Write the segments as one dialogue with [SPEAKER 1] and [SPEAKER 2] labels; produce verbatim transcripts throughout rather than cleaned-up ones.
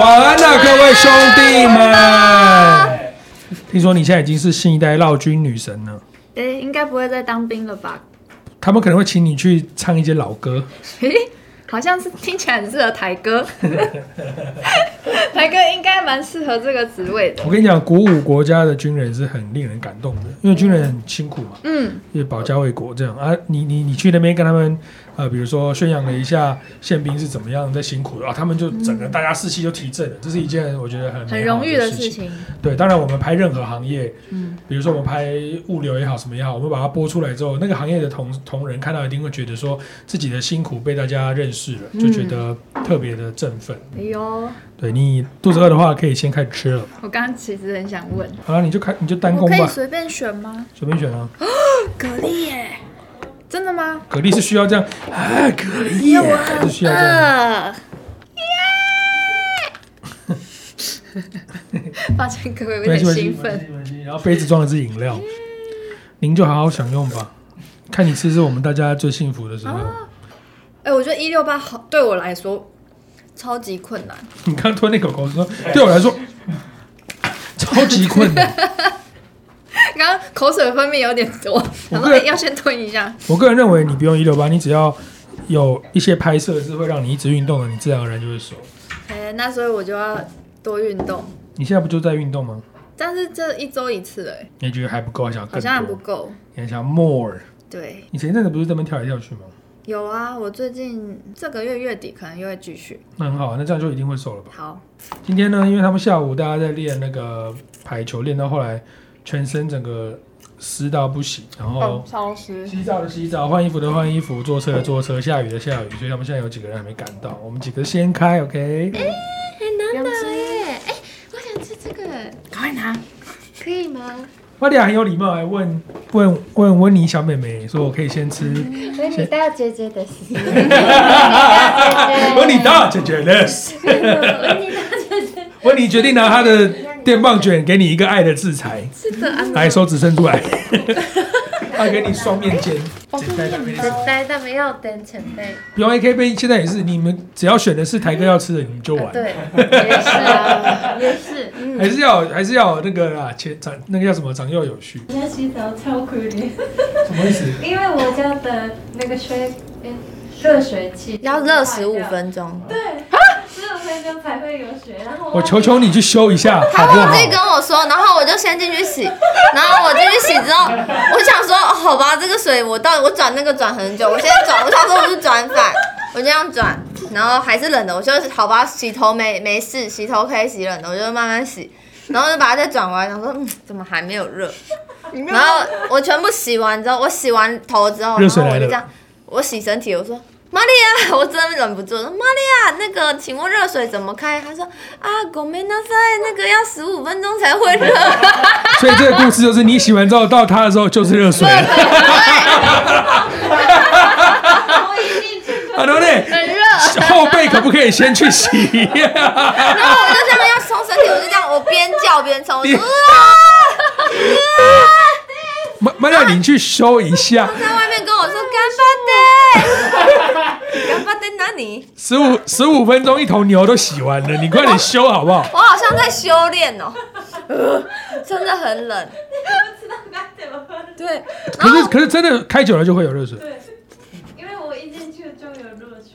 [SPEAKER 1] 安啊，各位兄弟们！听说你现在已经是新一代绕军女神了。
[SPEAKER 2] 哎，应该不会再当兵了吧？
[SPEAKER 1] 他们可能会请你去唱一些老歌。
[SPEAKER 2] 诶，好像是听起来很适合台歌。台歌应该蛮适合这个职位的。
[SPEAKER 1] 我跟你讲，鼓舞国家的军人是很令人感动的，因为军人很辛苦嘛，
[SPEAKER 2] 嗯，
[SPEAKER 1] 也保家卫国这样啊。你你你去那边跟他们呃，比如说宣扬了一下宪兵是怎么样在辛苦的啊，他们就整个大家士气就提振了，这是一件我觉得很
[SPEAKER 2] 很荣誉
[SPEAKER 1] 的
[SPEAKER 2] 事情。
[SPEAKER 1] 对，当然我们拍任何行业，
[SPEAKER 2] 嗯，
[SPEAKER 1] 比如说我们拍物流也好，什么也好，我们把它播出来之后，那个行业的同同仁看到一定会觉得说自己的辛苦被大家认识了，就觉得特别的振奋。
[SPEAKER 2] 哎呦，
[SPEAKER 1] 对，你肚子饿的话，可以先开始吃了。
[SPEAKER 2] 我刚刚其实很想问，
[SPEAKER 1] 好了，你就开你就单攻吧。
[SPEAKER 2] 我可以随便选吗？
[SPEAKER 1] 随便选啊。
[SPEAKER 2] 蛤蜊耶，真的吗？
[SPEAKER 1] 蛤蜊是需要这样啊，蛤蜊耶是需要这样。
[SPEAKER 2] 抱歉各位，有点兴奋。
[SPEAKER 1] 然后杯子装的是饮料，您就好好享用吧。看你吃是我们大家最幸福的时候。
[SPEAKER 2] 哎、欸，我觉得一六八好对我来说超级困难。
[SPEAKER 1] 你刚吞那口口说，对我来说超级困难。
[SPEAKER 2] 刚刚口水分泌有点多，然后、欸、要先吞一下。
[SPEAKER 1] 我个人认为你不用一六八，你只要有一些拍摄是会让你一直运动的，你自然而然就会瘦。
[SPEAKER 2] 哎、欸，那所以我就要多运动。
[SPEAKER 1] 你现在不就在运动吗？
[SPEAKER 2] 但是这一周一次哎、欸，
[SPEAKER 1] 你觉得还不够，还想要更多？
[SPEAKER 2] 好像还不够。
[SPEAKER 1] 你还想要 more？
[SPEAKER 2] 对。
[SPEAKER 1] 你前一阵子不是在那边跳来跳去吗？
[SPEAKER 2] 有啊，我最近这个月月底可能又会继续。
[SPEAKER 1] 那很好，那这样就一定会瘦了吧？
[SPEAKER 2] 好。今
[SPEAKER 1] 天呢，因为他们下午大家在练那个排球，练到后来全身整个湿到不行，然后
[SPEAKER 2] 超湿，
[SPEAKER 1] 洗澡的洗澡，换衣服的换衣服，坐车的坐车，下雨的下雨，所以他们现在有几个人还没赶到，我们几个先开 ，OK？
[SPEAKER 3] 哎、欸，很难得耶！哎、欸，我想吃这个，
[SPEAKER 2] 赶快拿，
[SPEAKER 3] 可以吗？
[SPEAKER 1] 玛利亚很有礼貌，还问问问温妮小妹妹说：“我可以先吃。”
[SPEAKER 3] 温妮大姐姐的事。
[SPEAKER 1] 温妮大姐姐的事。
[SPEAKER 3] 温妮大姐姐。
[SPEAKER 1] 温妮决定拿她的电棒卷给你一个爱的制裁。
[SPEAKER 2] 是的，
[SPEAKER 1] 来，手指伸出来。他给你双面煎，
[SPEAKER 3] 絶対他们要等前辈。
[SPEAKER 1] 不用 A K B， 现在也是，你们只要选的是台哥要吃的，你们就玩。啊、
[SPEAKER 3] 对，也是啊，也是。嗯、
[SPEAKER 1] 还是要还是要那个啦，前长那个叫什么长幼有序。
[SPEAKER 3] 我家洗澡超可怜。
[SPEAKER 1] 什么意思？
[SPEAKER 3] 因为我家的那个水，热水器
[SPEAKER 2] 要热十五分钟。
[SPEAKER 3] 对。十五分钟才会有水，然后 我,
[SPEAKER 1] 我求求你去修一下，
[SPEAKER 2] 他忘记跟我说，然后我就先进去洗，然后我进去洗之后，我想说，哦、好吧，这个水我到我转那个转很久，我先转，我想说我是转反，我这样转，然后还是冷的，我就好吧，洗头没没事，洗头可以洗冷的，我就慢慢洗，然后就把它再转回来，想说，嗯，怎么还没有热？然后我全部洗完之后，我洗完头之后，然后我就这样，我洗身体，我说。玛利亚，我真的忍不住说，玛利亚，那个，请问热水怎么开？他说啊，ごめんなさい，那个要十五分钟才会热。
[SPEAKER 1] 所以这个故事就是你洗完之后到他的时候就是热水了。好的嘞，
[SPEAKER 2] 很热。
[SPEAKER 1] 后背可不可以先去洗？
[SPEAKER 2] 然后我就这样要冲身体，我就这样，我边叫边冲，我说啊
[SPEAKER 1] 玛玛利亚，你去修一下。
[SPEAKER 2] 在外面跟我说干巴爹，干巴爹哪里？
[SPEAKER 1] 十五十五分钟一头牛都洗完了，你快点修好不好？
[SPEAKER 2] 我好像在修炼哦，真的很冷。对，
[SPEAKER 1] 可是可是真的开久了就会有热水。
[SPEAKER 3] 对，因为我一进去就有热水。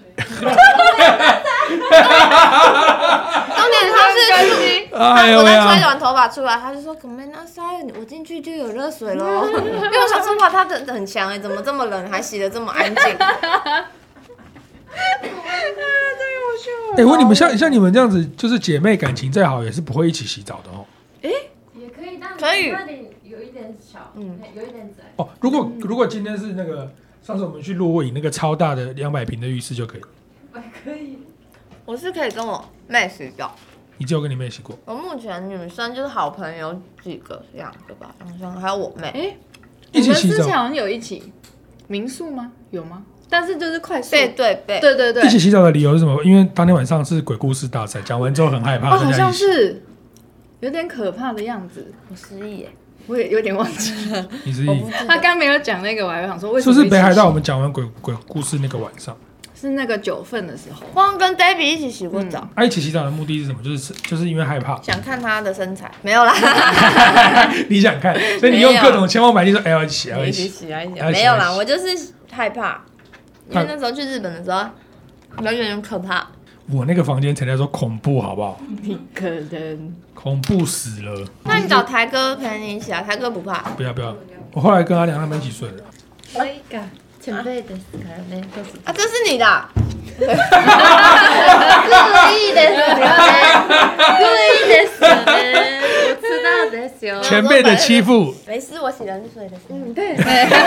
[SPEAKER 2] 重点他是，
[SPEAKER 1] 哎呦
[SPEAKER 2] 我在吹完头发出来，他就说：“可没那塞，我进去就有热水咯。”因为我想说哇，他的很强哎，怎么这么冷还洗得这么安静？
[SPEAKER 1] 哎、欸，问你们像像你们这样子，就是姐妹感情再好，也是不会一起洗澡的哦。
[SPEAKER 3] 哎、欸，也可以，但
[SPEAKER 2] 可以，
[SPEAKER 3] 有一点小，嗯，有一点窄。
[SPEAKER 1] 哦，如果如果今天是那个上次我们去露营那个超大的两百平的浴室就可以。
[SPEAKER 3] 可以。
[SPEAKER 2] 我是可以跟我妹洗澡。
[SPEAKER 1] 你只有跟你妹洗过？
[SPEAKER 2] 我目前女生就是好朋友几个，两个吧，两生还有我妹。
[SPEAKER 4] 哎、欸，
[SPEAKER 1] 一起洗澡。
[SPEAKER 4] 我们之前好像有一起民宿吗？有吗？但是就是快速
[SPEAKER 2] 背对背，
[SPEAKER 4] 对对对。
[SPEAKER 1] 一起洗澡的理由是什么？因为当天晚上是鬼故事大赛，讲完之后很害怕。
[SPEAKER 4] 哦，好像是有点可怕的样子。
[SPEAKER 2] 我失忆耶，
[SPEAKER 4] 我也有点忘记了。
[SPEAKER 1] 你失忆？
[SPEAKER 4] 他刚没有讲那个，我还想说为什
[SPEAKER 1] 么？是不是北海道我
[SPEAKER 4] 们
[SPEAKER 1] 们讲完鬼鬼故事那个晚上？
[SPEAKER 4] 是那个九份的时候。
[SPEAKER 2] 我好像跟 Debbie 一起洗过澡，
[SPEAKER 1] 啊，一起洗澡的目的是什么？就是就是因为害怕，
[SPEAKER 2] 想看他的身材，没有啦，
[SPEAKER 1] 你想看，所以你用各种千方百计说，哎，要一起，要一起。
[SPEAKER 2] 一起洗啊，一起
[SPEAKER 1] 要一起
[SPEAKER 2] 没有啦，
[SPEAKER 1] 要一起
[SPEAKER 2] 我就是害怕，因为那时候去日本的时候，人有点可怕。
[SPEAKER 1] 我那个房间才叫做恐怖，好不好？
[SPEAKER 4] 你可能
[SPEAKER 1] 恐怖死了！
[SPEAKER 2] 那你找台哥陪你一起啊，台哥不怕。
[SPEAKER 1] 不要不要，我后来跟阿良他们一起睡了。
[SPEAKER 3] 可以か。前輩ですからね。
[SPEAKER 2] 啊，这是你的啊。
[SPEAKER 3] 故意ですよね。故意ですよね。我知道ですよ。
[SPEAKER 1] 前辈的欺负，
[SPEAKER 2] 没事，我洗冷水的时候。
[SPEAKER 3] 嗯，对。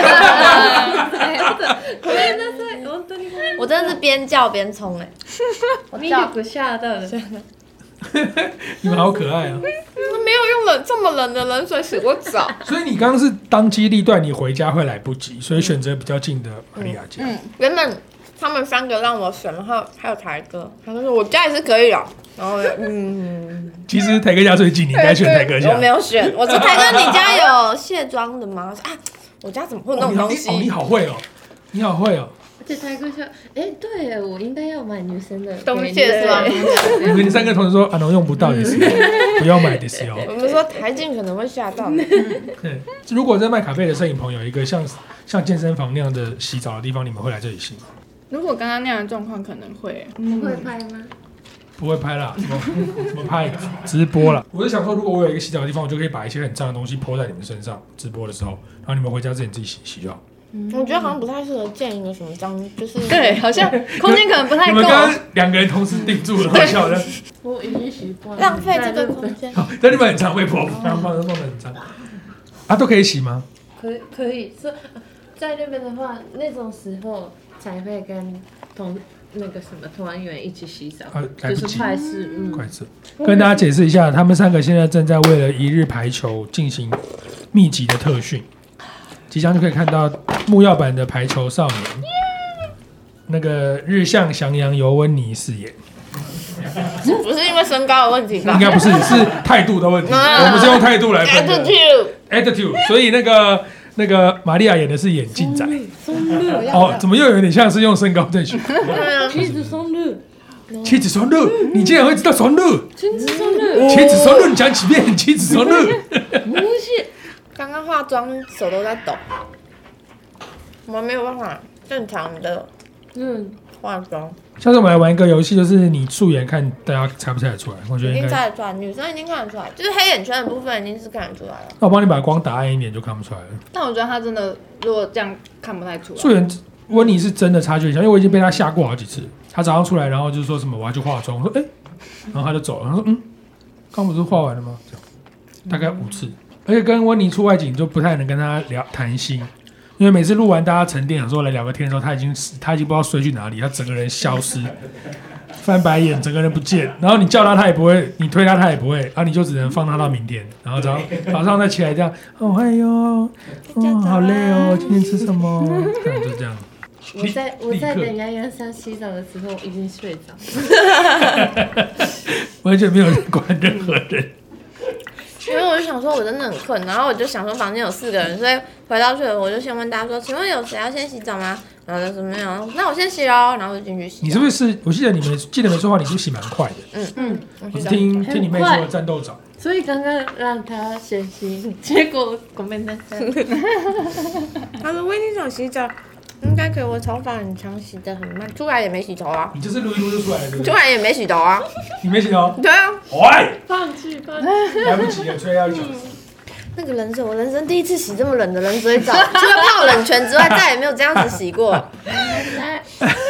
[SPEAKER 3] ごめんなさい，本当にごめん。
[SPEAKER 2] 我真的是边叫边冲哎，我
[SPEAKER 3] ミ
[SPEAKER 2] 叫
[SPEAKER 3] ルク吓到了。
[SPEAKER 1] 你们好可爱啊！
[SPEAKER 2] 没有用冷这么冷的冷水洗过澡。
[SPEAKER 1] 所以你刚刚是当机立断，你回家会来不及，所以选择比较近的玛利亚家。
[SPEAKER 2] 嗯，原本他们三个让我选，然后还有台哥，他就说我家也是可以的。然后嗯，
[SPEAKER 1] 其实台哥家最近，你应该选台哥家。
[SPEAKER 2] 我没有选，我说台哥，你家有卸妆的吗？啊，我家怎么会有那
[SPEAKER 1] 哦，
[SPEAKER 2] 种东西？
[SPEAKER 1] 你好哦，你好会哦，你好会哦。
[SPEAKER 3] 而且台哥说：“哎，对耶，我应该要买女生的
[SPEAKER 2] 东西是吧？
[SPEAKER 1] 你们三个同时说啊，能用不到的是，不要买的是哦。
[SPEAKER 2] 我们说台静可能会吓到。
[SPEAKER 1] 对，如果在麦卡贝的摄影棚有一个像像健身房那样的洗澡的地方，你们会来这里洗吗？
[SPEAKER 4] 如果刚刚那样的状况，可能会。
[SPEAKER 3] 不会拍吗？
[SPEAKER 1] 不会拍啦，怎么怎么拍？直播啦。我是想说，如果我有一个洗澡的地方，我就可以把一些很脏的东西泼在你们身上，直播的时候，然后你们回家之前自己洗洗就好。
[SPEAKER 2] 我觉得好像不太适合建一个什么脏，就是
[SPEAKER 4] 对，好像空间可能不太够。
[SPEAKER 1] 你们刚刚两个人同时定住了，好笑的。
[SPEAKER 3] 我已经习惯了。
[SPEAKER 2] 浪费这个空间。
[SPEAKER 1] 好，在日本很常被泼，放放弄得很脏。啊，都可以洗吗？
[SPEAKER 3] 可以可以，是在那边的话，那种时候才会跟同那个什么团员一起洗澡，
[SPEAKER 1] 啊，来
[SPEAKER 3] 就是
[SPEAKER 1] 不及，
[SPEAKER 3] 快事，嗯，
[SPEAKER 1] 快事。跟大家解释一下，他们三个现在正在为了一日排球进行密集的特训，即将就可以看到木曜版的排球少年，那个日向翔阳由温妮饰演。
[SPEAKER 2] 不是因为身高的问题吧？
[SPEAKER 1] 应该不是，是态度的问题。我们是用态度来分的
[SPEAKER 2] Attitude，
[SPEAKER 1] attitude。所以那个那个玛利亚演的是眼镜仔。哦，怎么又有点像是用身高在选？
[SPEAKER 3] 妻子松露，
[SPEAKER 1] 妻子双露，你竟然会知道双露？
[SPEAKER 3] 妻子松露，
[SPEAKER 1] 妻子双露，你讲几遍？妻子双露。
[SPEAKER 3] 不是，
[SPEAKER 2] 刚刚化妆手都在抖，我没有办法正常的
[SPEAKER 3] 嗯，
[SPEAKER 2] 化妆，
[SPEAKER 1] 下次我们来玩一个游戏，就是你素颜看大家猜不猜得出来？我觉得
[SPEAKER 2] 一定
[SPEAKER 1] 应该。
[SPEAKER 2] 猜得出来，女生一定看得出来，就是黑眼圈的部分一定是看得出来了。
[SPEAKER 1] 那我帮你把光打暗一点，就看不出来了。
[SPEAKER 4] 但我觉得他真的，如果这样看不太出来。
[SPEAKER 1] 素颜温妮是真的差距很小，因为我已经被他吓过好几次。他早上出来，然后就说什么我要去化妆，我说哎、欸，然后他就走了，他说嗯，刚不是化完了吗？这样大概五次，而且跟温妮出外景就不太能跟他聊谈心，因为每次录完大家沉淀想说来聊个天的时候，他已经他已经不知道睡去哪里，他整个人消失，翻白眼，整个人不见。然后你叫他他也不会，你推他他也不会，然后你就只能放他到明天，然后早上早上再起来这样，哦哎呦，哦好累哦，今天吃什么？这样就这样。
[SPEAKER 3] 我在我在
[SPEAKER 1] 立刻
[SPEAKER 3] 等洋洋上洗澡的时候，我已经睡着了。
[SPEAKER 1] 完全没有人管任何人。
[SPEAKER 2] 因为我就想说，我真的很困，然后我就想说房间有四个人，所以回到去了，我就先问大家说，请问有谁要先洗澡吗？然后就说没有，那我先洗喽，然后就进去洗。
[SPEAKER 1] 你是不是？我记得你们记得没错的话，你是不是洗蛮快的？
[SPEAKER 2] 嗯
[SPEAKER 3] 嗯，
[SPEAKER 1] 我是
[SPEAKER 2] 我洗澡。
[SPEAKER 1] 听听你妹说的战斗澡。
[SPEAKER 3] 所以刚刚让他先洗，结果ごめんなさい。
[SPEAKER 2] 他说威尼想洗澡，应该可以，我头发很长，洗得很慢，出来也没洗头啊，
[SPEAKER 1] 你就是撸一撸就出来了，对不
[SPEAKER 2] 出
[SPEAKER 1] 对？
[SPEAKER 2] 来也没洗头啊。
[SPEAKER 1] 你没洗头？
[SPEAKER 2] 对啊，
[SPEAKER 1] 喂，
[SPEAKER 3] 放弃放弃。
[SPEAKER 1] 来不及了，吹要一小时。
[SPEAKER 2] 那个冷水，我人生第一次洗这么冷的冷水澡，除了泡冷泉之外，再也没有这样子洗过。
[SPEAKER 3] 来，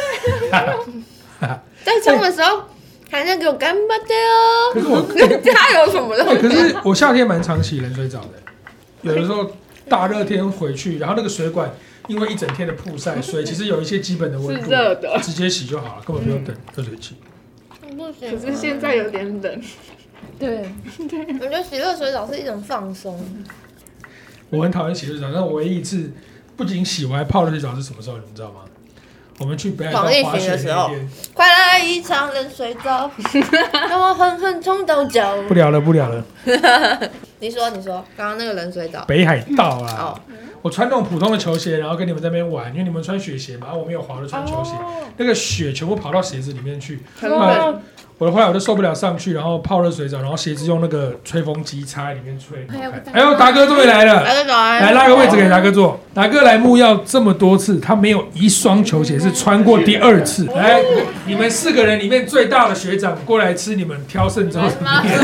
[SPEAKER 2] 在冲的时候，还在给我干巴的哦。
[SPEAKER 1] 可是我，
[SPEAKER 2] 加油什么的。
[SPEAKER 1] 欸可是我夏天蛮常洗冷水澡的，有的时候大热天回去，然后那个水管因为一整天的曝晒，所以其实有一些基本的温
[SPEAKER 4] 是
[SPEAKER 1] 度，
[SPEAKER 4] 热的，
[SPEAKER 1] 直接洗就好了，根本不用等热水器。
[SPEAKER 2] 不行，
[SPEAKER 4] 可是现在有点冷。
[SPEAKER 3] 对，
[SPEAKER 2] 我觉得洗热水澡是一种放松。
[SPEAKER 1] 我很讨厌洗热水澡，但我唯一一次不仅洗，我还泡热水澡是什么时候？你们知道吗？我们去北海道滑雪那天。
[SPEAKER 2] 快来一场冷水澡，让我狠狠冲到脚。
[SPEAKER 1] 不聊了，不聊了。
[SPEAKER 2] 你说，你说，刚刚那个冷水澡。
[SPEAKER 1] 北海道啊，
[SPEAKER 2] 哦，
[SPEAKER 1] 我穿那种普通的球鞋，然后跟你们在那边玩，因为你们穿雪鞋嘛，然后我没有滑的穿球鞋，那个雪全部跑到鞋子里面去。后来我的后来我就受不了上去，然后泡热水澡，然后鞋子用那个吹风机插在里面吹。哎呦，达哥终于来了，来拉个位置给达哥坐。达哥来木曜这么多次，他没有一双球鞋是穿过第二次。来，你们四个人里面最大的学长过来吃你们挑胜州的面。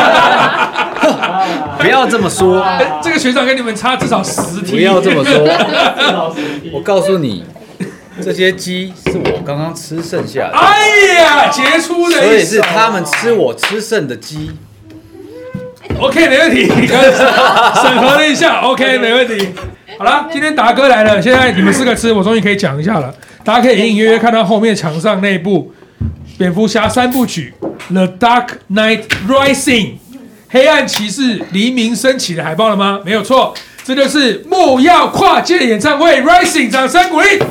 [SPEAKER 5] 不要这么说，
[SPEAKER 1] 这个学长跟你们差至少十题。
[SPEAKER 5] 不要这么说，我告诉你。这些鸡是我刚刚吃剩下的，
[SPEAKER 1] 哎呀，杰出的，
[SPEAKER 5] 所以是他们吃我吃剩的鸡。
[SPEAKER 1] OK， 没问题，审核了一下 ，OK， 没问题。好了，今天达哥来了，现在你们四个吃，我终于可以讲一下了。大家可以隐隐约约看到后面墙上那部蝙蝠侠三部曲《The Dark Knight Rising》黑暗骑士黎明升起的海报了吗？没有错。这就是木曜跨界演唱会 Rising， 掌声鼓励。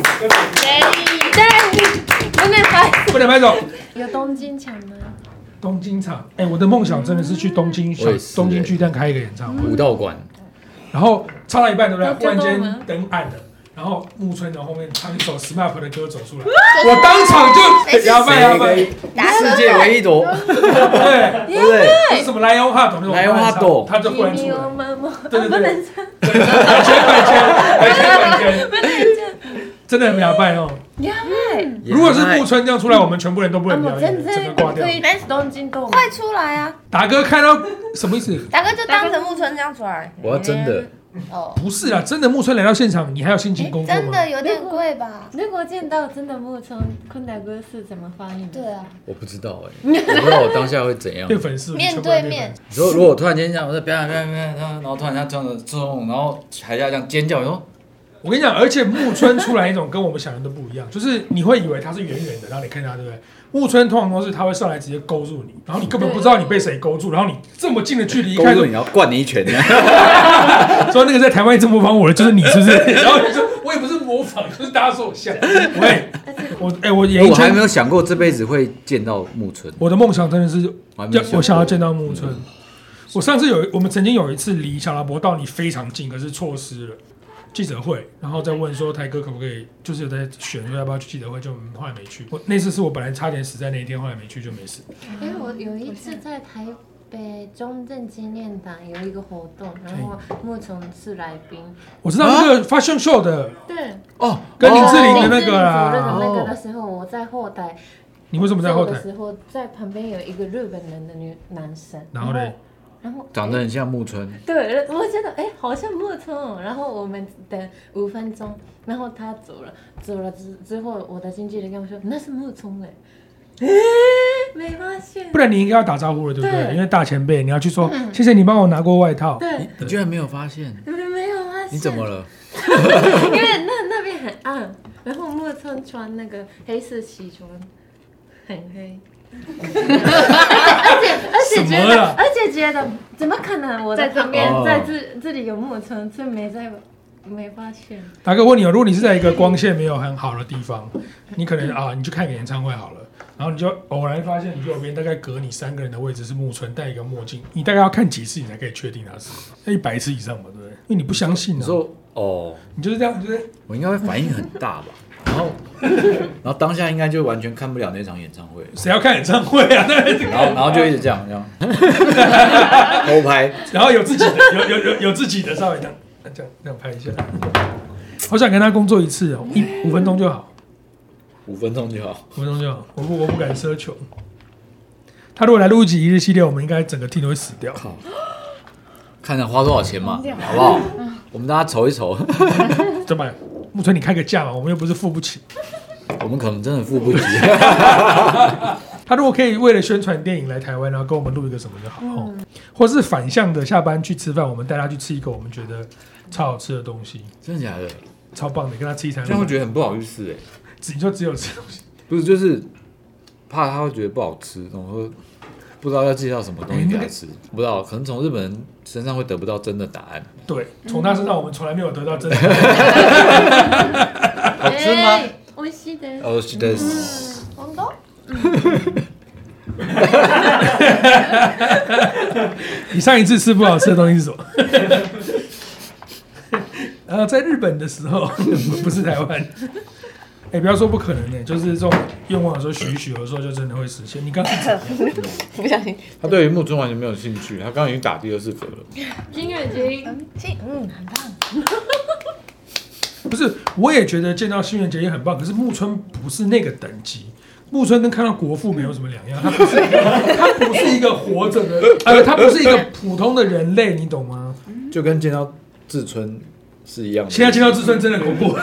[SPEAKER 2] 不能拍，
[SPEAKER 1] 不能拍走。
[SPEAKER 3] 有东京场吗？
[SPEAKER 1] 东京场，哎、欸，我的梦想真的是去东京小东京巨蛋开一个演唱会，
[SPEAKER 5] 武道馆。然
[SPEAKER 1] 后唱到一半，对不对？忽然间灯暗了，然后木村从后面唱一首 S M A P 的歌走出来，我当场就摇摆摇摆，
[SPEAKER 5] 世界唯一朵，
[SPEAKER 1] 对
[SPEAKER 5] 对不对？
[SPEAKER 1] 是什么莱翁哈朵那种，
[SPEAKER 5] 莱翁哈朵，
[SPEAKER 1] 他就忽然出来，对对对，
[SPEAKER 3] 不能唱，
[SPEAKER 1] 版权版权版权版权，不能唱，真的很摇摆哦。
[SPEAKER 3] 摇摆，
[SPEAKER 1] 如果是木村这样出来，我们全部人都不能表演，整个挂掉。
[SPEAKER 3] 东京都
[SPEAKER 2] 快出来啊！
[SPEAKER 1] 达哥看到什么意思？
[SPEAKER 2] 达哥就当成木村这样出来。
[SPEAKER 5] 我要真的。
[SPEAKER 2] 哦，
[SPEAKER 1] 不是啦，真的木村来到现场，你还有心情工作吗？
[SPEAKER 2] 真的有点贵吧？
[SPEAKER 3] 如果见到真的木村，坤达哥是怎么反应？
[SPEAKER 2] 对啊，
[SPEAKER 5] 我不知道哎、欸，我不知道我当下会怎样。
[SPEAKER 1] 变粉丝，
[SPEAKER 2] 面对面。
[SPEAKER 5] 你说如果突然间这样，我在表演表演表演，然后突然间这样的冲，然后台下这样尖叫，你说。
[SPEAKER 1] 我跟你讲，而且木村出来一种跟我们想的都不一样，就是你会以为他是远远的，然后你看他，对不对？木村通常都是他会上来直接勾住你，然后你根本不知道你被谁勾住，然后你这么近的距离一看，
[SPEAKER 5] 勾住你要灌你一拳，
[SPEAKER 1] 说那个在台湾一直模仿我的就是你，是不是？然后你说我也不是模仿，就是大家说我像。喂，我哎、欸，我演艺圈
[SPEAKER 5] 我还没有想过这辈子会见到木村。
[SPEAKER 1] 我的梦想真的是
[SPEAKER 5] 我
[SPEAKER 1] 要我想要见到木村。嗯、我上次有我们曾经有一次离小拉伯道你非常近，可是错失了。记者会，然后再问说台哥可不可以，就是有在选说要不要去记者会，就后来没去。我那次是我本来差点死在那一天，后来没去就没事。
[SPEAKER 3] 因为我有一次在台北中正纪念堂有一个活动，然后木村是来宾。
[SPEAKER 1] 我知道那个 fashion show 的，
[SPEAKER 3] 对，
[SPEAKER 1] 哦，跟林志玲的那个啦。
[SPEAKER 3] 哦、那个的时候，我在后台。
[SPEAKER 1] 你为什么在后台？
[SPEAKER 3] 的时候，在旁边有一个日本人的女男生。
[SPEAKER 1] 然后呢？
[SPEAKER 3] 然后
[SPEAKER 5] 长得很像木村，
[SPEAKER 3] 对，我觉得哎、欸，好像木村哦。然后我们等五分钟，然后他走了，走了之之后，我的经纪人跟我说那是木村哎，哎，没发现。
[SPEAKER 1] 不然你应该要打招呼了，对不对？
[SPEAKER 3] 对
[SPEAKER 1] 因为大前辈，你要去说、嗯、谢谢你帮我拿过外套。
[SPEAKER 3] 对，
[SPEAKER 5] 你, 你居然没有发现？
[SPEAKER 3] 没有发现。
[SPEAKER 5] 你怎么了？
[SPEAKER 3] 因为那那边很暗，然后木村穿那个黑色西装，很黑。而且而且觉得，而且觉得，怎么可能？我在旁边，在这这里有木村，却没在，没发现。
[SPEAKER 1] 大哥问你哦，如果你是在一个光线没有很好的地方，你可能啊，你去看个演唱会好了，然后你就偶然发现你右边大概隔你三个人的位置是木村，戴一个墨镜，你大概要看几次你才可以确定他是？那一百次以上嘛，对不对？因为你不相信啊。
[SPEAKER 5] 你说哦，
[SPEAKER 1] 你就是这样，就是
[SPEAKER 5] 我应该会反应很大吧？然后，然后当下应该就完全看不了那场演唱会。
[SPEAKER 1] 谁要看演唱会啊？
[SPEAKER 5] 然后，然后就一直这样这样偷拍，
[SPEAKER 1] 然后有自己的，有有有有自己的，稍微这样这样这样拍一下。好想跟他工作一次哦，一五分钟就好，
[SPEAKER 5] 五分钟就好，
[SPEAKER 1] 五分钟就好。我不我不敢奢求。他如果来录一集一日系列，我们应该整个 team 都会死掉。
[SPEAKER 5] 看他花多少钱嘛，好不好？我们大家筹一筹。
[SPEAKER 1] 怎么？木村，你开个价嘛，我们又不是付不起。
[SPEAKER 5] 我们可能真的付不起。
[SPEAKER 1] 他如果可以为了宣传电影来台湾，然后跟我们录一个什么就好，嗯、或是反向的下班去吃饭，我们带他去吃一个我们觉得超好吃的东西。
[SPEAKER 5] 真的假的？
[SPEAKER 1] 超棒的，跟他吃一餐。
[SPEAKER 5] 这样会觉得很不好意思哎。
[SPEAKER 1] 你说只有吃东西，
[SPEAKER 5] 不是就是怕他会觉得不好吃，我说不知道要介绍什么东西给他吃，不知道可能从日本人身上会得不到真的答案。对，
[SPEAKER 1] 从他身上我们从来没有得到真的答案。
[SPEAKER 5] 好吃吗？
[SPEAKER 3] 美味しいです。
[SPEAKER 5] 美味しいです。
[SPEAKER 2] 本当？
[SPEAKER 1] 你上一次吃不好吃的东西是什么？ 呃，在日本的时候，不是台湾。哎、欸，不要说不可能呢、欸，就是这种愿望的时候许一许，有的时候就真的会实现。你刚刚
[SPEAKER 2] 不小心，
[SPEAKER 5] 他对于木村完全没有兴趣，他刚刚已经打第二次嗝了。
[SPEAKER 3] 金眼睛，
[SPEAKER 2] 嗯，很棒。
[SPEAKER 1] 不是，我也觉得见到新垣结衣很棒，可是木村不是那个等级。木村跟看到国父没有什么两样，他不是一个，他不是一个活着的，呃，他不是一个普通的人类，你懂吗？
[SPEAKER 5] 就跟见到志村是一样的。
[SPEAKER 1] 现在见到志村真的恐怖，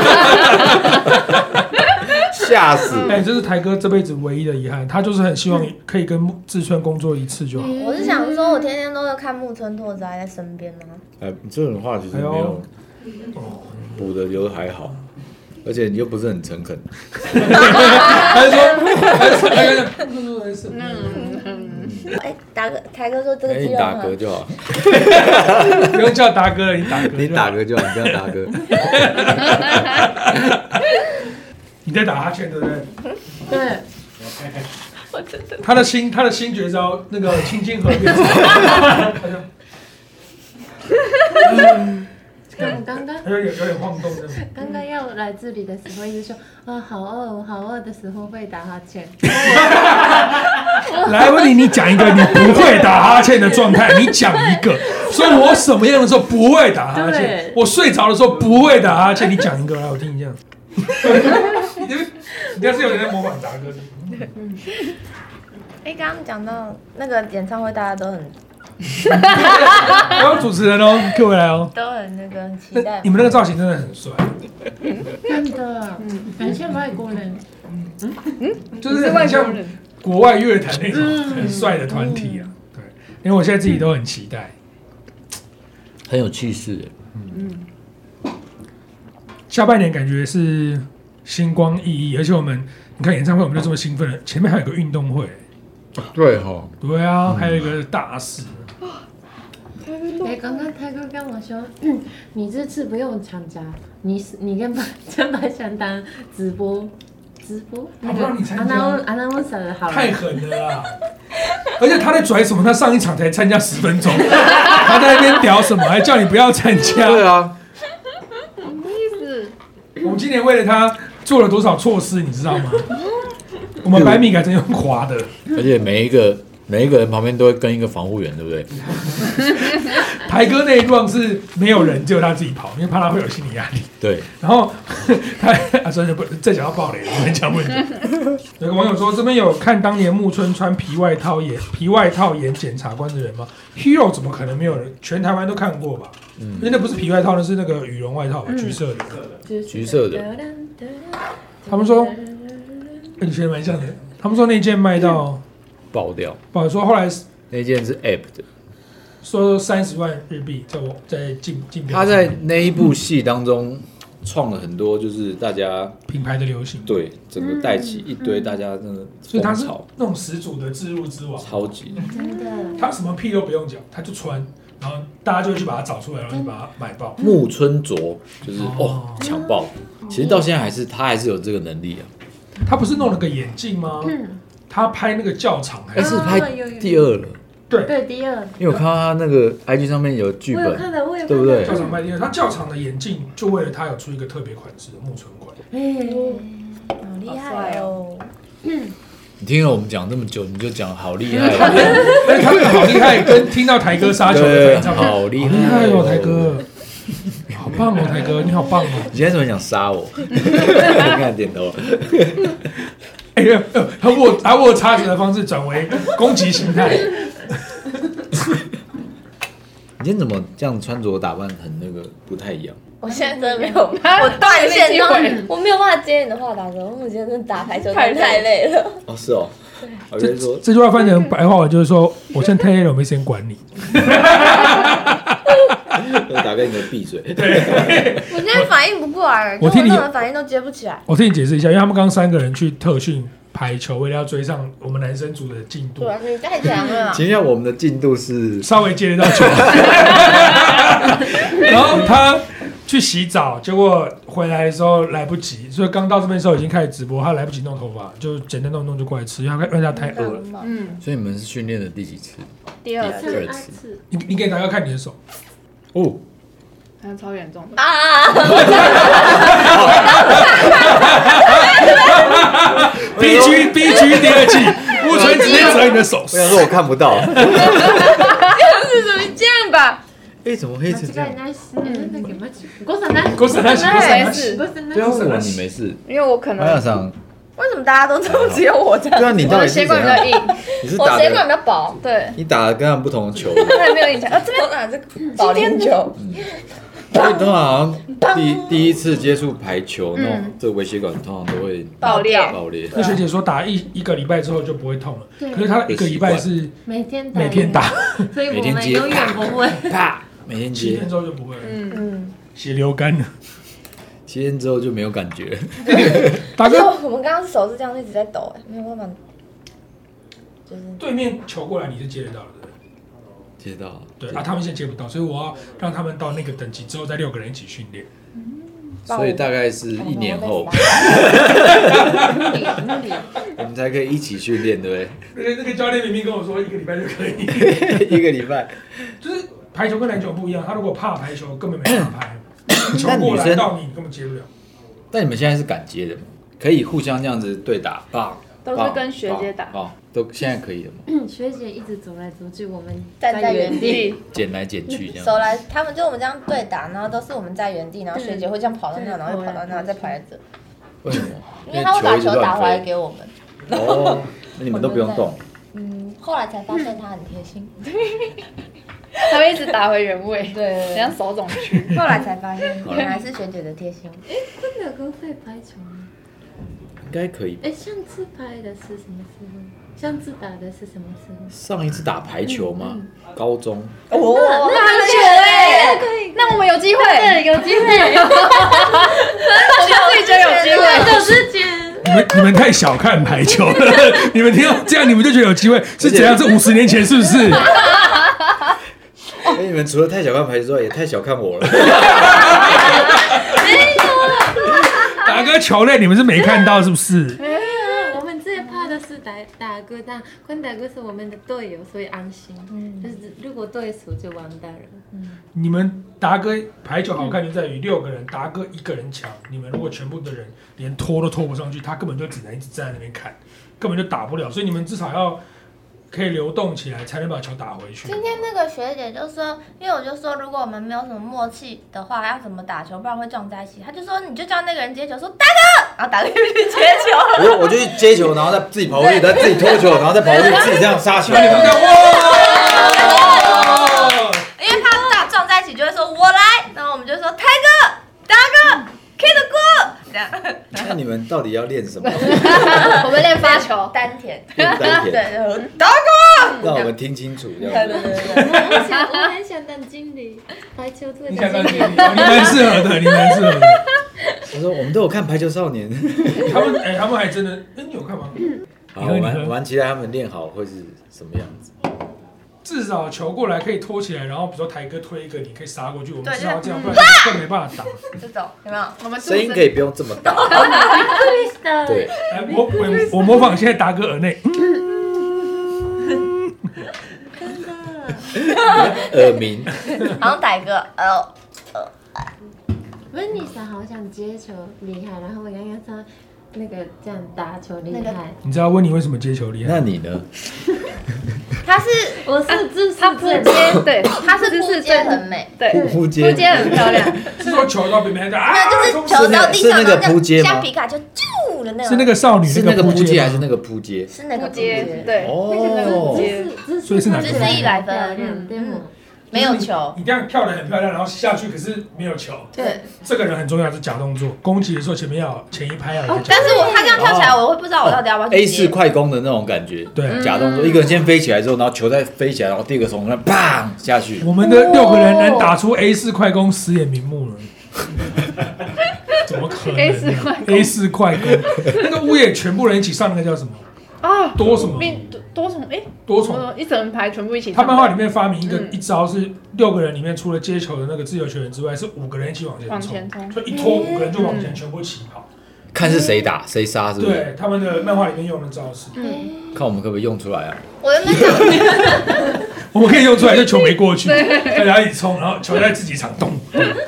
[SPEAKER 5] 吓死！
[SPEAKER 1] 哎、欸，这是台哥这辈子唯一的遗憾，他就是很希望可以跟志村工作一次就好。
[SPEAKER 2] 我是想说，我天天都在看木村拓哉在身边呢。
[SPEAKER 5] 哎，这种话其实没有补的留的还好。而且你又不是很诚恳，
[SPEAKER 1] 还是说，还是还是还是，
[SPEAKER 2] 嗯，哎，达哥，台哥说这个肌肉，
[SPEAKER 5] 你打嗝就好，
[SPEAKER 1] 不用叫达哥了，你打嗝，
[SPEAKER 5] 你打嗝就好，你不要打嗝。
[SPEAKER 1] 你在打哈欠对不对？
[SPEAKER 3] 对，
[SPEAKER 2] 我真的，
[SPEAKER 1] 他的新他的新绝招，那个轻轻河边。
[SPEAKER 3] 刚刚刚
[SPEAKER 1] 有点有点晃动的。
[SPEAKER 3] 刚刚要来这里的时候，一直说啊好饿，我好饿的时候会打哈欠。
[SPEAKER 1] 来，温妮，你讲一个你不会打哈欠的状态，你讲一个，说我什么样的时候不会打哈欠，我睡着的时候不会打哈欠，你讲一个来我听一下。你这你这是有点在模仿达哥的。
[SPEAKER 2] 哎，刚刚讲到那个演唱会，大家都很。
[SPEAKER 1] 我有主持人哦，各位来哦，
[SPEAKER 2] 都很那个很期待。
[SPEAKER 1] 你们那个造型真的很帅，
[SPEAKER 3] 真的，很像外国人，
[SPEAKER 1] 嗯嗯，就是很像国外乐坛那种很帅的团体啊。对，因为我现在自己都很期待，
[SPEAKER 5] 很有气势。
[SPEAKER 1] 嗯，下半年感觉是星光熠熠，而且我们你看演唱会，我们就这么兴奋了，前面还有个运动会。
[SPEAKER 5] 对哈，
[SPEAKER 1] 对啊，还有一个大事。
[SPEAKER 3] 哎，刚刚泰哥跟我说，嗯，你这次不用参加，你你跟白跟白想当直播直播，
[SPEAKER 1] 他不让你参加，
[SPEAKER 3] 安娜温莎好，
[SPEAKER 1] 太狠了啦！而且他在拽什么？他上一场才参加十分钟，他在那边屌什么？还叫你不要参加？
[SPEAKER 5] 对啊，
[SPEAKER 4] 什么意思？
[SPEAKER 1] 我们今年为了他做了多少措施，你知道吗？我们百米改成用滑的，
[SPEAKER 5] 而且每一个每一个人旁边都会跟一个防护员，对不对？
[SPEAKER 1] 台哥那一段是没有人，只有他自己跑，因为怕他会有心理压力。
[SPEAKER 5] 对，
[SPEAKER 1] 然后他啊，真的不再讲到爆雷了，不能讲不能讲。有个网友说，这边有看当年木村穿皮外套演皮外套演检察官的人吗 ？Hero 怎么可能没有人？全台湾都看过吧？嗯，因为那不是皮外套，那是那个羽绒外套吧，橘色的。
[SPEAKER 5] 橘色的。
[SPEAKER 1] 他们说，跟你学的蛮像的。他们说那件卖到
[SPEAKER 5] 爆掉，
[SPEAKER 1] 爆说后来
[SPEAKER 5] 那件是 App 的，
[SPEAKER 1] 说三十万日币在我在竞竞标。
[SPEAKER 5] 他在那一部戏当中创了很多，就是大家
[SPEAKER 1] 品牌的流行，
[SPEAKER 5] 对整个带起一堆大家真的
[SPEAKER 1] 所以他是
[SPEAKER 5] 风潮，
[SPEAKER 1] 那种始祖的置入之王，
[SPEAKER 5] 超级。
[SPEAKER 3] 真的，
[SPEAKER 1] 他什么屁都不用讲，他就穿，然后大家就会去把它找出来，然后就把它买爆。
[SPEAKER 5] 木村卓就是
[SPEAKER 1] 哦
[SPEAKER 5] 哦抢爆，其实到现在还是他还是有这个能力啊。
[SPEAKER 1] 他不是弄了个眼镜吗？他拍那个教场还是
[SPEAKER 5] 还是拍第二了，
[SPEAKER 1] 对
[SPEAKER 3] 对第二，
[SPEAKER 5] 因为我看到他那个 I G 上面有剧本，
[SPEAKER 3] 我有看到，我有看到，
[SPEAKER 5] 对不对
[SPEAKER 1] 教场拍第二？他教场的眼镜就为了他有出一个特别款式的木村款。
[SPEAKER 3] 哎，
[SPEAKER 2] 好厉害哦！
[SPEAKER 5] 你听了我们讲这么久，你就讲好厉害哦，
[SPEAKER 1] 而且他们好厉害，跟听到台哥杀球的
[SPEAKER 5] 对，
[SPEAKER 1] 反应差不多。
[SPEAKER 5] 好厉
[SPEAKER 1] 好厉害哦，
[SPEAKER 5] 哦，
[SPEAKER 1] 台哥，好棒哦，台哥，你好棒哦！
[SPEAKER 5] 你现在怎么想杀我？你看点头。
[SPEAKER 1] 哎呀，他握他握叉子的方式转为攻击形态。
[SPEAKER 5] 你今天怎么这样穿着打扮很那个不太一样？
[SPEAKER 2] 我现在真的没有，我断线到，我没有办法接你的话，大哥，我觉得真的打排球太太累了。
[SPEAKER 5] 哦，是哦，我就说
[SPEAKER 1] 这句话翻成白话文就是说，我现在太累了，我没时间管你。
[SPEAKER 5] 打给你的闭嘴。
[SPEAKER 2] 我现在反应不过来，
[SPEAKER 1] 我听你
[SPEAKER 2] 任何反应都接不起来。
[SPEAKER 1] 我替你解释一下，因为他们刚刚三个人去特训排球，为了要追上我们男生组的进度
[SPEAKER 2] 对，啊，你太强了。
[SPEAKER 5] 今天我们的进度是
[SPEAKER 1] 稍微接得到球。然后他去洗澡，结果回来的时候来不及，所以刚到这边的时候已经开始直播，他来不及弄头发，就简单弄弄就过来吃，因为他因为他太饿了。
[SPEAKER 4] 嗯，
[SPEAKER 5] 所以你们是训练的第几次？
[SPEAKER 2] 第二
[SPEAKER 5] 第二
[SPEAKER 3] 二
[SPEAKER 5] 次。
[SPEAKER 3] 次，
[SPEAKER 1] 你你给大家看你的手，
[SPEAKER 5] 哦，
[SPEAKER 4] 好像超严重的。
[SPEAKER 2] 啊！
[SPEAKER 1] B G B G 第二季，木村直接折你的手。
[SPEAKER 5] 我想说我看不到。
[SPEAKER 4] 是怎么这样吧？
[SPEAKER 5] 哎，怎么会成这样？
[SPEAKER 3] ごさなし。
[SPEAKER 1] ごさなし，ごさなし。
[SPEAKER 5] 对啊，我你没事。
[SPEAKER 4] 因为我可能
[SPEAKER 5] 马上。
[SPEAKER 2] 为什么大家都这么，只有我这样？
[SPEAKER 5] 对啊，你
[SPEAKER 4] 我
[SPEAKER 5] 到底是怎
[SPEAKER 4] 的血管比较
[SPEAKER 5] 样？
[SPEAKER 4] 硬，
[SPEAKER 5] 你是打
[SPEAKER 2] 我血管比
[SPEAKER 5] 的，
[SPEAKER 2] 较薄，
[SPEAKER 4] 对，
[SPEAKER 5] 你打的跟他们不同的球。
[SPEAKER 4] 那也没有影响。啊，这边
[SPEAKER 2] 我哪是保龄球？
[SPEAKER 5] 所以通常好像第第一次接触排球，那种这个微血管通常都会
[SPEAKER 4] 爆裂
[SPEAKER 5] 爆裂。
[SPEAKER 1] 那学姐说打一一个礼拜之后就不会痛了，
[SPEAKER 3] 对
[SPEAKER 1] 可是她一个礼拜是
[SPEAKER 3] 每天打
[SPEAKER 1] 每天打，
[SPEAKER 3] 所以我
[SPEAKER 5] 每天接
[SPEAKER 3] 们永远不会。
[SPEAKER 5] 啪，每天接
[SPEAKER 1] 七天，之后就不会了，
[SPEAKER 4] 嗯，
[SPEAKER 2] 嗯，
[SPEAKER 1] 血流干了。
[SPEAKER 5] 七天之后就没有感觉。
[SPEAKER 1] 大哥，
[SPEAKER 2] 我们刚刚手是这样一直在抖，哎，没有办法，就是
[SPEAKER 1] 对面球过来你是接得到的，对不对？
[SPEAKER 5] 接到，
[SPEAKER 1] 对啊，他们现在接不到，所以我要让他们到那个等级之后，再六个人一起训练。
[SPEAKER 5] 所以大概是一年后，我们才可以一起训练，对不
[SPEAKER 1] 那个那个教练明明跟我说一个礼拜就可以，
[SPEAKER 5] 对？一个礼拜。
[SPEAKER 1] 就是排球跟篮球不一样，他如果怕排球根本没办法拍，球过来
[SPEAKER 5] 那女生
[SPEAKER 1] 到你你根本接不了。
[SPEAKER 5] 但你们现在是敢接的吗？可以互相这样子对打，棒，
[SPEAKER 4] 都是跟学姐打
[SPEAKER 5] 哦，都现在可以了吗？
[SPEAKER 3] 嗯，学姐一直走来走去，我们
[SPEAKER 2] 站在原地。
[SPEAKER 4] 地，
[SPEAKER 5] 剪来剪去这样。
[SPEAKER 2] 手来，他们就我们这样对打，然后都是我们在原地，然后学姐会这样跑到那，然后又跑到那，再跑来这，
[SPEAKER 5] 为什么？
[SPEAKER 2] 因为他会把球打回来给我们。
[SPEAKER 5] 哦，那你们都不用动。
[SPEAKER 2] 嗯，后来才发现他很贴心。
[SPEAKER 4] 他会一直打回原位，
[SPEAKER 2] 对
[SPEAKER 4] 很像手肿区。
[SPEAKER 2] 后来才发现，原来是学姐的贴心。
[SPEAKER 3] 真的公会排球吗？
[SPEAKER 5] 应该可以。
[SPEAKER 3] 哎，上次拍的是什么时候？上次打的是什么时候？
[SPEAKER 5] 上一次打排球吗？高中。
[SPEAKER 2] 哦，那很远哎，
[SPEAKER 3] 可以，
[SPEAKER 4] 那我们有机会，
[SPEAKER 3] 对，有机会，
[SPEAKER 4] 我们自己觉得有机会。
[SPEAKER 3] 有时间。
[SPEAKER 1] 你们你们太小看排球了，你们听到这样你们就觉得有机会，是怎样？是五十年前是不是？
[SPEAKER 5] 哎，你们除了太小看排球之外，也太小看我了。
[SPEAKER 1] 打个球类，你们是没看到是不是？
[SPEAKER 3] 没有，我们最怕的是打打哥，但坤打哥是我们的队友，所以安心。嗯，但是如果对手就完蛋了。嗯，
[SPEAKER 1] 你们达哥排球好看就在于六个人，达哥一个人强。你们如果全部的人连拖都拖不上去，他根本就只能一直站在那边看，根本就打不了。所以你们至少要可以流动起来，才能把球打回去。
[SPEAKER 2] 今天那个学姐就说，因为我就说，如果我们没有什么默契的话，要怎么打球，不然会撞在一起。他就说，你就叫那个人接球，说达哥，然后达哥就去接球。
[SPEAKER 5] 我就我就去接球，然后再自己跑过去，再自己拖球，然后再跑过去，自己这样杀球。
[SPEAKER 1] 那你们看，哇！
[SPEAKER 2] 因为怕打撞在一起，就会说我来，然后我们就说泰哥、达哥、K 的锅，这样
[SPEAKER 5] 那你们到底要练什么？
[SPEAKER 4] 我们练发球，
[SPEAKER 2] 丹田，
[SPEAKER 5] 练丹田，
[SPEAKER 2] 对，然后达哥，
[SPEAKER 5] 让我们听清楚。这
[SPEAKER 2] 对
[SPEAKER 5] 样
[SPEAKER 2] 对对对。
[SPEAKER 3] 我想，我很想当经理，排球队
[SPEAKER 1] 你
[SPEAKER 3] 的
[SPEAKER 1] 想当经理，
[SPEAKER 3] 经理。
[SPEAKER 1] 哦你蛮适合的，你蛮适合的。
[SPEAKER 5] 他说我们都有看《排球少年》。
[SPEAKER 1] 他们哎、他们还真的，哎、你有看吗？
[SPEAKER 5] 好，我蛮我蛮期待他们练好会是什么样子。
[SPEAKER 1] 至少球过来可以拖起来，然后比如说台哥推一个，你可以杀过去，我们
[SPEAKER 2] 对
[SPEAKER 1] 至少这样，不
[SPEAKER 2] 就
[SPEAKER 1] 然根本没办法打。
[SPEAKER 2] 这种有没有？
[SPEAKER 4] 我们
[SPEAKER 5] 声音可以不用这么大。对，
[SPEAKER 1] 来，模我我模仿现在达哥耳内，
[SPEAKER 5] 耳鸣。
[SPEAKER 2] 好像打一个呃，
[SPEAKER 3] 温妮莎好像接球厉害，然后我刚刚说那个这样打球厉
[SPEAKER 2] 那
[SPEAKER 3] 害，
[SPEAKER 1] 你知道温妮为什么接球厉害？
[SPEAKER 5] 那你呢？
[SPEAKER 2] 他是
[SPEAKER 3] 我是姿势
[SPEAKER 4] 他扑
[SPEAKER 3] 最
[SPEAKER 4] 接，对，
[SPEAKER 2] 他是
[SPEAKER 4] 姿势
[SPEAKER 2] 扑接很美，
[SPEAKER 4] 对，
[SPEAKER 5] 扑扑接
[SPEAKER 4] 扑接很漂亮。
[SPEAKER 1] 是说球到边边的啊？
[SPEAKER 2] 没有就是球到地
[SPEAKER 5] 是那个
[SPEAKER 2] 上然后
[SPEAKER 5] 扑接吗
[SPEAKER 2] 像皮卡丘啾的那种，
[SPEAKER 1] 是那个少女
[SPEAKER 5] 是那个扑接
[SPEAKER 1] 扑吗
[SPEAKER 5] 还是那个扑接？
[SPEAKER 2] 是那个扑
[SPEAKER 4] 扑接，
[SPEAKER 2] 接，
[SPEAKER 4] 对，
[SPEAKER 5] 哦，
[SPEAKER 3] 姿势
[SPEAKER 1] 所以是哪个
[SPEAKER 2] 姿势一来分
[SPEAKER 3] 漂亮，对吗？
[SPEAKER 2] 没有球，
[SPEAKER 1] 你这样跳得很漂亮，然后下去可是没有球。
[SPEAKER 2] 对。
[SPEAKER 1] 这个人很重要，是假动作。攻击的时候前面要前一拍要有一个假
[SPEAKER 2] 但是我他这样跳起来，我会不知道我到底要不要去
[SPEAKER 5] A
[SPEAKER 2] 接
[SPEAKER 5] 式快攻的那种感觉。
[SPEAKER 1] 对
[SPEAKER 5] 假动作，一个人先飞起来之后，然后球再飞起来，然后第二个从那砰下去。
[SPEAKER 1] 我们的六个人能打出 A 式快攻，死也瞑目了。怎么可能
[SPEAKER 4] A 式快攻
[SPEAKER 1] ？A 式快攻，那个屋野全部人一起上，那个叫什么？
[SPEAKER 4] 啊，
[SPEAKER 1] 多什么？
[SPEAKER 4] 命多多重哎，
[SPEAKER 1] 多重。
[SPEAKER 4] 一整排全部一起
[SPEAKER 1] 他
[SPEAKER 4] 上。
[SPEAKER 1] 漫画里面发明一个
[SPEAKER 4] 嗯
[SPEAKER 1] 一招是六个人里面除了接球的那个自由球员之外，是五个人一起往前
[SPEAKER 4] 往
[SPEAKER 1] 冲，
[SPEAKER 4] 前冲，
[SPEAKER 1] 所以一拖五个人就往前全部起跑。
[SPEAKER 5] 看是谁打谁杀，是不是？
[SPEAKER 1] 对，他们的漫画里面用的招式。
[SPEAKER 4] 嗯，
[SPEAKER 5] 看我们可不可以用出来啊？
[SPEAKER 2] 我原本想，
[SPEAKER 1] 我们可以用出来，就球没过去，大家一起冲，然后球在自己场咚咚咚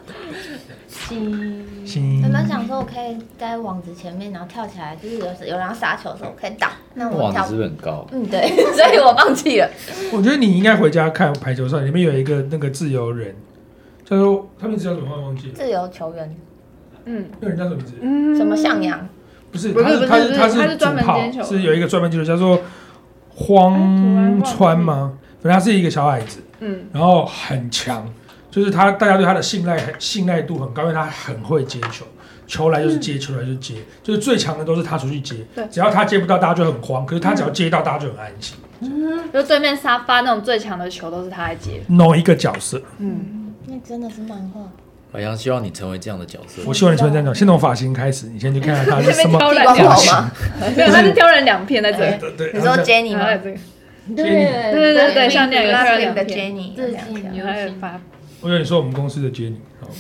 [SPEAKER 1] 咚。行。
[SPEAKER 2] 有没有想说我可以在网子前面，然后跳起来，就是有有人要杀球的时候，我可以挡，那我跳
[SPEAKER 5] 网子是不是很高？
[SPEAKER 2] 嗯，对，所以我放弃了。
[SPEAKER 1] 我觉得你应该回家看排球赛，里面有一个那个自由人，叫做他名字叫什么？忘记了。
[SPEAKER 2] 自由球员，
[SPEAKER 3] 嗯，
[SPEAKER 1] 那人叫什么名字？
[SPEAKER 3] 嗯
[SPEAKER 2] 什么向阳？
[SPEAKER 1] 不是，
[SPEAKER 4] 不是不是
[SPEAKER 1] 他是他是他
[SPEAKER 4] 不是他是专门
[SPEAKER 1] 主炮
[SPEAKER 4] 接球
[SPEAKER 1] 是有一个专门接球叫做荒川吗？反正他是一个小矮子，
[SPEAKER 3] 嗯，
[SPEAKER 1] 然后很强，就是他大家对他的信赖很信赖度很高，因为他很会接球，球来就是接，球来就是接，就是最强的都是他出去接，
[SPEAKER 4] 对
[SPEAKER 1] 只要他接不到，大家就很慌，可是他只要接到，大家就很安心。
[SPEAKER 4] 就对面沙发那种最强的球都是他来接。
[SPEAKER 1] 某一个角色，
[SPEAKER 3] 嗯，
[SPEAKER 2] 那真的是漫画。
[SPEAKER 5] 好像希望你成为这样的角色。
[SPEAKER 1] 我希望你从这样讲，先从发型开始，你先去看看他是什么
[SPEAKER 4] 挑
[SPEAKER 2] 剃光
[SPEAKER 4] 染两片，
[SPEAKER 2] 头吗？
[SPEAKER 4] 没有，他是挑染两片在这里。
[SPEAKER 1] 对对，
[SPEAKER 2] 你说 Jenny 吗
[SPEAKER 4] 然后在？这个，
[SPEAKER 2] 对
[SPEAKER 4] 对对对对像那样有挑染两
[SPEAKER 2] 的
[SPEAKER 4] 片
[SPEAKER 2] Jenny，
[SPEAKER 3] 自
[SPEAKER 2] 两条
[SPEAKER 3] 信流
[SPEAKER 4] 还有
[SPEAKER 3] 行。
[SPEAKER 4] 发，
[SPEAKER 1] 我有你说我们公司的 Jenny，好，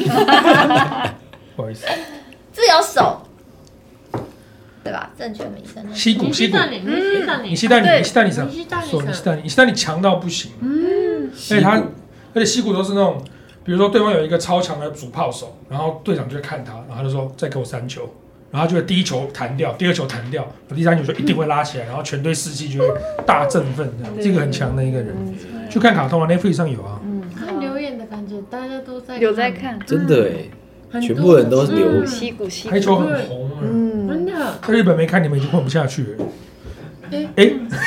[SPEAKER 1] 不好意思，
[SPEAKER 2] 自由手，对吧？正确名称。
[SPEAKER 1] 西谷西谷，
[SPEAKER 3] 嗯，
[SPEAKER 1] 你西带你
[SPEAKER 3] 对
[SPEAKER 1] 你西带你什么？
[SPEAKER 3] 你西带你
[SPEAKER 1] 说
[SPEAKER 3] 什么
[SPEAKER 1] 你西带你，你西带你强到不行，
[SPEAKER 3] 嗯，
[SPEAKER 1] 而且他而且西谷都是那种，比如说对方有一个超强的主炮手，然后队长就会看他，然后他就说再给我三球，然后他就会第一球弹掉，第二球弹掉，第三球就一定会拉起来，然后全队士气就会大振奋，这样，这个很强的一个人。去看卡通啊 ，Netflix 上有啊。
[SPEAKER 3] 看留言的感觉，大家都在
[SPEAKER 4] 有在看
[SPEAKER 5] 真的哎，
[SPEAKER 3] 很多
[SPEAKER 5] 全部人都流
[SPEAKER 3] 嗯
[SPEAKER 4] 西谷西谷
[SPEAKER 1] 排，球很红啊，
[SPEAKER 2] 嗯，
[SPEAKER 3] 真的。
[SPEAKER 1] 在日本没看你们已经混不下去了。
[SPEAKER 3] 哎
[SPEAKER 1] 哎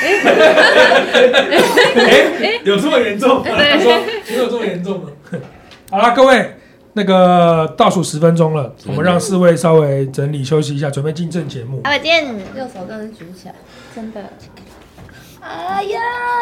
[SPEAKER 1] 哎，有这么严重吗？他说没有这么严重吗？好啦，各位，那个倒数十分钟了，我们让四位稍微整理休息一下，准备进正节目。
[SPEAKER 2] 再见。右手真的是举不起来。
[SPEAKER 3] 真的，
[SPEAKER 2] 哎呀！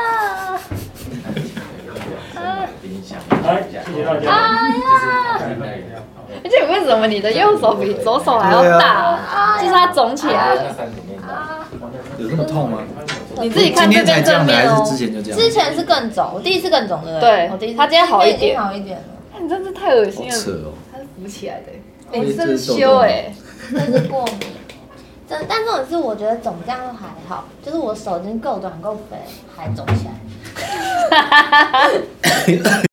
[SPEAKER 1] 来，谢谢大家。
[SPEAKER 2] 哎呀！
[SPEAKER 4] 而且为什么你的右手比左手还要大？就是它肿起来了。
[SPEAKER 5] 有这么痛吗？
[SPEAKER 4] 你自己看这边正面哦。
[SPEAKER 5] 之前就这样？
[SPEAKER 2] 之前是更肿，我第一次更肿，对不
[SPEAKER 4] 对
[SPEAKER 2] 我第一次，
[SPEAKER 4] 他今天好一点
[SPEAKER 2] 今天好一点了。
[SPEAKER 4] 你真是太恶心了，
[SPEAKER 5] 好扯哦！
[SPEAKER 4] 它是浮起来的。
[SPEAKER 5] 哎
[SPEAKER 4] 你真的
[SPEAKER 5] 这是痘痘
[SPEAKER 4] 羞哎！
[SPEAKER 2] 这是过敏。真，但这种是我觉得肿这样都还好，就是我手已经够短够肥，还肿起来。